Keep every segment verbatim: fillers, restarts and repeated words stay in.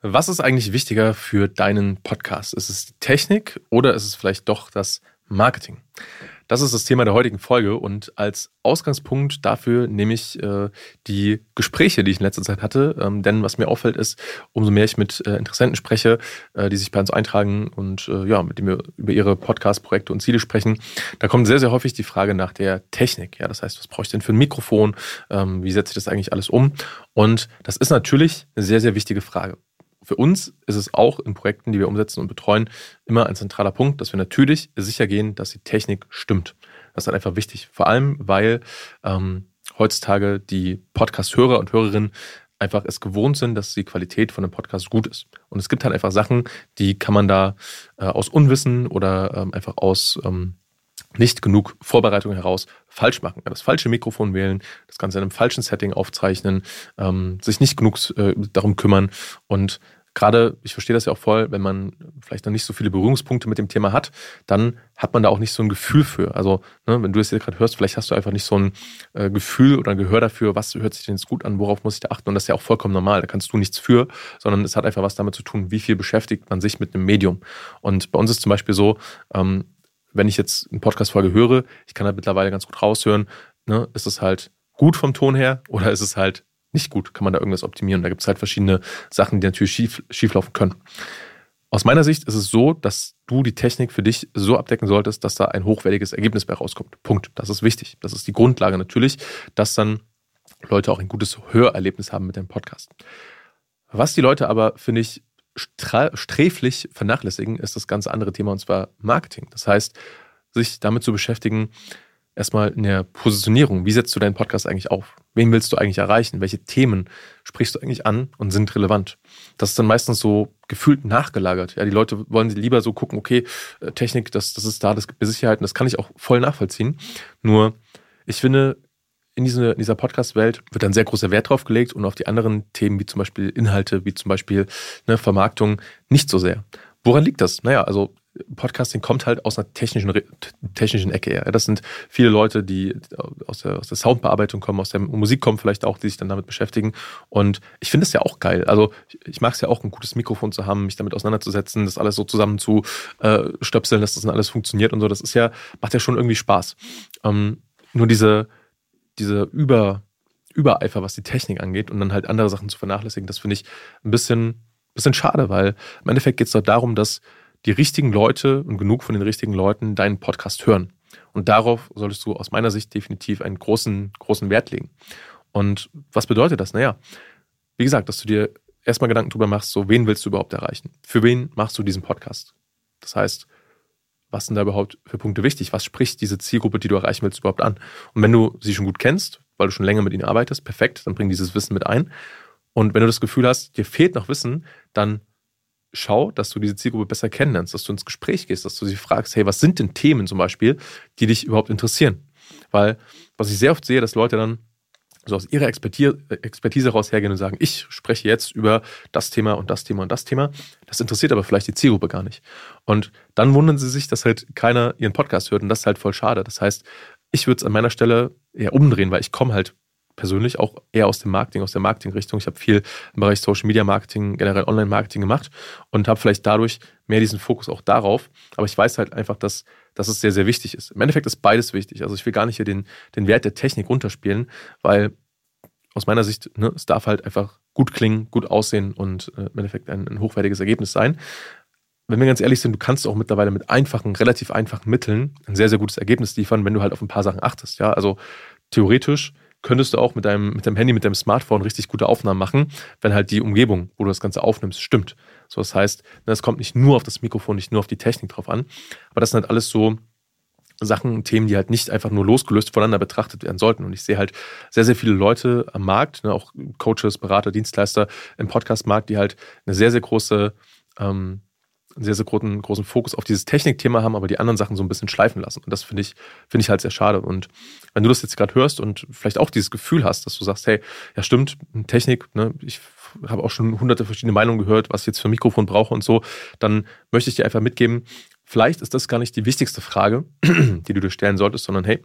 Was ist eigentlich wichtiger für deinen Podcast? Ist es die Technik oder ist es vielleicht doch das Marketing? Das ist das Thema der heutigen Folge und als Ausgangspunkt dafür nehme ich äh, die Gespräche, die ich in letzter Zeit hatte. Ähm, denn was mir auffällt ist, umso mehr ich mit äh, Interessenten spreche, äh, die sich bei uns eintragen und äh, ja, mit denen wir über ihre Podcast-Projekte und Ziele sprechen, da kommt sehr, sehr häufig die Frage nach der Technik. Ja, das heißt, was brauche ich denn für ein Mikrofon? Ähm, wie setze ich das eigentlich alles um? Und das ist natürlich eine sehr, sehr wichtige Frage. Für uns ist es auch in Projekten, die wir umsetzen und betreuen, immer ein zentraler Punkt, dass wir natürlich sicher gehen, dass die Technik stimmt. Das ist dann einfach wichtig. Vor allem, weil ähm, heutzutage die Podcast-Hörer und Hörerinnen einfach es gewohnt sind, dass die Qualität von einem Podcast gut ist. Und es gibt halt einfach Sachen, die kann man da äh, aus Unwissen oder ähm, einfach aus ähm, nicht genug Vorbereitung heraus falsch machen. Das falsche Mikrofon wählen, das Ganze in einem falschen Setting aufzeichnen, ähm, sich nicht genug äh, darum kümmern. Und gerade, ich verstehe das ja auch voll, wenn man vielleicht noch nicht so viele Berührungspunkte mit dem Thema hat, dann hat man da auch nicht so ein Gefühl für. Also, ne, wenn du es jetzt gerade hörst, vielleicht hast du einfach nicht so ein äh, Gefühl oder ein Gehör dafür, was hört sich denn jetzt gut an, worauf muss ich da achten? Und das ist ja auch vollkommen normal, da kannst du nichts für, sondern es hat einfach was damit zu tun, wie viel beschäftigt man sich mit einem Medium. Und bei uns ist zum Beispiel so, ähm, wenn ich jetzt eine Podcast-Folge höre, ich kann halt mittlerweile ganz gut raushören, ne, ist es halt gut vom Ton her oder ist es halt nicht gut? Kann man da irgendwas optimieren? Da gibt es halt verschiedene Sachen, die natürlich schief, schief laufen können. Aus meiner Sicht ist es so, dass du die Technik für dich so abdecken solltest, dass da ein hochwertiges Ergebnis bei rauskommt. Punkt. Das ist wichtig. Das ist die Grundlage natürlich, dass dann Leute auch ein gutes Hörerlebnis haben mit dem Podcast. Was die Leute aber, finde ich, sträflich vernachlässigen, ist das ganz andere Thema, und zwar Marketing. Das heißt, sich damit zu beschäftigen, erstmal in der Positionierung. Wie setzt du deinen Podcast eigentlich auf? Wen willst du eigentlich erreichen? Welche Themen sprichst du eigentlich an und sind relevant? Das ist dann meistens so gefühlt nachgelagert. Ja, die Leute wollen lieber so gucken, okay, Technik, das, das ist da, das gibt mir Sicherheit und das kann ich auch voll nachvollziehen. Nur, ich finde, in diese, in dieser Podcast-Welt wird dann sehr großer Wert drauf gelegt und auf die anderen Themen, wie zum Beispiel Inhalte, wie zum Beispiel ne, Vermarktung, nicht so sehr. Woran liegt das? Naja, also Podcasting kommt halt aus einer technischen, technischen Ecke her. Das sind viele Leute, die aus der, aus der Soundbearbeitung kommen, aus der Musik kommen vielleicht auch, die sich dann damit beschäftigen. Und ich finde es ja auch geil. Also ich mag es ja auch, ein gutes Mikrofon zu haben, mich damit auseinanderzusetzen, das alles so zusammen zu äh, stöpseln, dass das dann alles funktioniert und so. Das ist ja, macht ja schon irgendwie Spaß. Ähm, nur diese diese Über, Übereifer, was die Technik angeht und dann halt andere Sachen zu vernachlässigen, das finde ich ein bisschen, bisschen schade, weil im Endeffekt geht es dort darum, dass die richtigen Leute und genug von den richtigen Leuten deinen Podcast hören. Und darauf solltest du aus meiner Sicht definitiv einen großen, großen Wert legen. Und was bedeutet das? Naja, wie gesagt, dass du dir erstmal Gedanken drüber machst, so wen willst du überhaupt erreichen? Für wen machst du diesen Podcast? Das heißt, was sind da überhaupt für Punkte wichtig? Was spricht diese Zielgruppe, die du erreichen willst, überhaupt an? Und wenn du sie schon gut kennst, weil du schon länger mit ihnen arbeitest, perfekt, dann bring dieses Wissen mit ein. Und wenn du das Gefühl hast, dir fehlt noch Wissen, dann schau, dass du diese Zielgruppe besser kennenlernst, dass du ins Gespräch gehst, dass du sie fragst, hey, was sind denn Themen zum Beispiel, die dich überhaupt interessieren? Weil, was ich sehr oft sehe, dass Leute dann so aus ihrer Expertise, Expertise raus hergehen und sagen, ich spreche jetzt über das Thema und das Thema und das Thema. Das interessiert aber vielleicht die Zielgruppe gar nicht. Und dann wundern sie sich, dass halt keiner ihren Podcast hört und das ist halt voll schade. Das heißt, ich würde es an meiner Stelle eher umdrehen, weil ich komme halt persönlich auch eher aus dem Marketing, aus der Marketingrichtung. Ich habe viel im Bereich Social Media Marketing, generell Online-Marketing gemacht und habe vielleicht dadurch mehr diesen Fokus auch darauf. Aber ich weiß halt einfach, dass, dass es sehr, sehr wichtig ist. Im Endeffekt ist beides wichtig. Also ich will gar nicht hier den, den Wert der Technik runterspielen, weil aus meiner Sicht, ne, es darf halt einfach gut klingen, gut aussehen und äh, im Endeffekt ein, ein hochwertiges Ergebnis sein. Wenn wir ganz ehrlich sind, du kannst auch mittlerweile mit einfachen, relativ einfachen Mitteln ein sehr, sehr gutes Ergebnis liefern, wenn du halt auf ein paar Sachen achtest. Ja, also theoretisch könntest du auch mit deinem, mit deinem Handy, mit deinem Smartphone richtig gute Aufnahmen machen, wenn halt die Umgebung, wo du das Ganze aufnimmst, stimmt. So, das heißt, es kommt nicht nur auf das Mikrofon, nicht nur auf die Technik drauf an, aber das sind halt alles so Sachen, Themen, die halt nicht einfach nur losgelöst voneinander betrachtet werden sollten. Und ich sehe halt sehr, sehr viele Leute am Markt, ne, auch Coaches, Berater, Dienstleister im Podcast-Markt, die halt eine sehr, sehr große, ähm, einen sehr, sehr großen, großen Fokus auf dieses Technikthema haben, aber die anderen Sachen so ein bisschen schleifen lassen. Und das finde ich, finde ich halt sehr schade. Und wenn du das jetzt gerade hörst und vielleicht auch dieses Gefühl hast, dass du sagst, hey, ja stimmt, Technik, ne, ich habe auch schon hunderte verschiedene Meinungen gehört, was ich jetzt für ein Mikrofon brauche und so, dann möchte ich dir einfach mitgeben, vielleicht ist das gar nicht die wichtigste Frage, die du dir stellen solltest, sondern hey,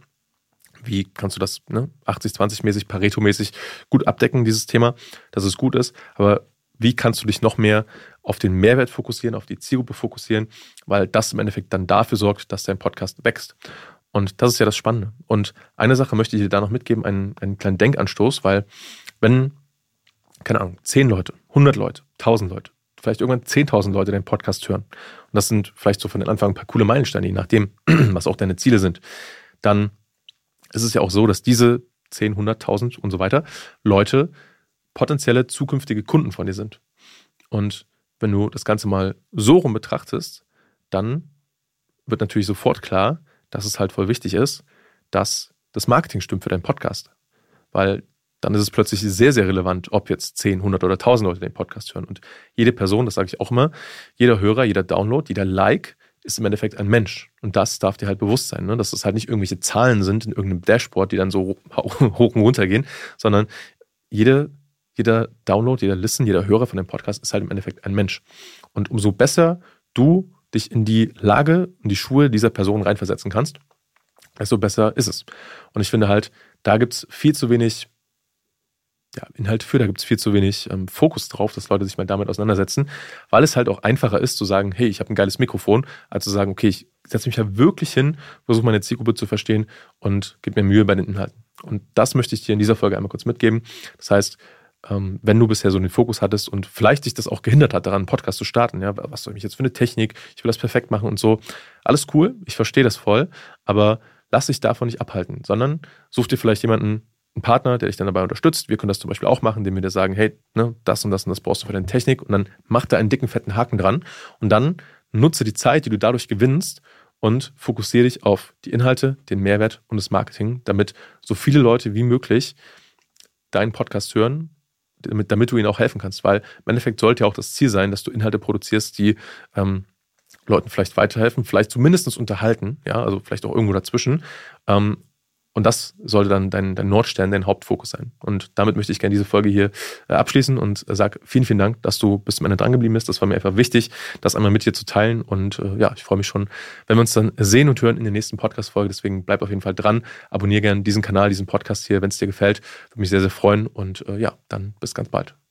wie kannst du das ne, achtzig zwanzig mäßig, Pareto-mäßig gut abdecken, dieses Thema, dass es gut ist. Aber wie kannst du dich noch mehr auf den Mehrwert fokussieren, auf die Zielgruppe fokussieren, weil das im Endeffekt dann dafür sorgt, dass dein Podcast wächst. Und das ist ja das Spannende. Und eine Sache möchte ich dir da noch mitgeben, einen, einen kleinen Denkanstoß, weil wenn, keine Ahnung, zehn Leute, hundert Leute, tausend Leute, vielleicht irgendwann zehntausend Leute den Podcast hören, und das sind vielleicht so von den Anfang ein paar coole Meilensteine, je nachdem, was auch deine Ziele sind, dann ist es ja auch so, dass diese zehn, hunderttausend und so weiter Leute potenzielle zukünftige Kunden von dir sind. Und wenn du das Ganze mal so rum betrachtest, dann wird natürlich sofort klar, dass es halt voll wichtig ist, dass das Marketing stimmt für deinen Podcast. Weil dann ist es plötzlich sehr, sehr relevant, ob jetzt zehn, hundert oder tausend Leute den Podcast hören. Und jede Person, das sage ich auch immer, jeder Hörer, jeder Download, jeder Like ist im Endeffekt ein Mensch. Und das darf dir halt bewusst sein, ne? Dass das halt nicht irgendwelche Zahlen sind in irgendeinem Dashboard, die dann so hoch und runter gehen, sondern jede, jeder Download, jeder Listen, jeder Hörer von dem Podcast ist halt im Endeffekt ein Mensch. Und umso besser du dich in die Lage, in die Schuhe dieser Person reinversetzen kannst, desto besser ist es. Und ich finde halt, da gibt es viel zu wenig ja, Inhalte für, da gibt es viel zu wenig ähm, Fokus drauf, dass Leute sich mal damit auseinandersetzen, weil es halt auch einfacher ist zu sagen, hey, ich habe ein geiles Mikrofon, als zu sagen, okay, ich setze mich da wirklich hin, versuche meine Zielgruppe zu verstehen und gebe mir Mühe bei den Inhalten. Und das möchte ich dir in dieser Folge einmal kurz mitgeben. Das heißt, ähm, wenn du bisher so den Fokus hattest und vielleicht dich das auch gehindert hat, daran einen Podcast zu starten, ja, was soll ich jetzt für eine Technik, ich will das perfekt machen und so, alles cool, ich verstehe das voll, aber lass dich davon nicht abhalten, sondern such dir vielleicht jemanden, einen Partner, der dich dann dabei unterstützt. Wir können das zum Beispiel auch machen, indem wir dir sagen, hey, ne, das und das und das brauchst du für deine Technik, und dann mach da einen dicken, fetten Haken dran und dann nutze die Zeit, die du dadurch gewinnst, und fokussiere dich auf die Inhalte, den Mehrwert und das Marketing, damit so viele Leute wie möglich deinen Podcast hören, damit, damit du ihnen auch helfen kannst, weil im Endeffekt sollte ja auch das Ziel sein, dass du Inhalte produzierst, die ähm, Leuten vielleicht weiterhelfen, vielleicht zumindest unterhalten, ja, also vielleicht auch irgendwo dazwischen. Ähm, Und das sollte dann dein, dein Nordstern, dein Hauptfokus sein. Und damit möchte ich gerne diese Folge hier äh, abschließen und äh, sage vielen, vielen Dank, dass du bis zum Ende dran geblieben bist. Das war mir einfach wichtig, das einmal mit dir zu teilen. Und äh, ja, ich freue mich schon, wenn wir uns dann sehen und hören in der nächsten Podcast-Folge. Deswegen bleib auf jeden Fall dran. Abonniere gerne diesen Kanal, diesen Podcast hier, wenn es dir gefällt. Würde mich sehr, sehr freuen. Und äh, ja, dann bis ganz bald.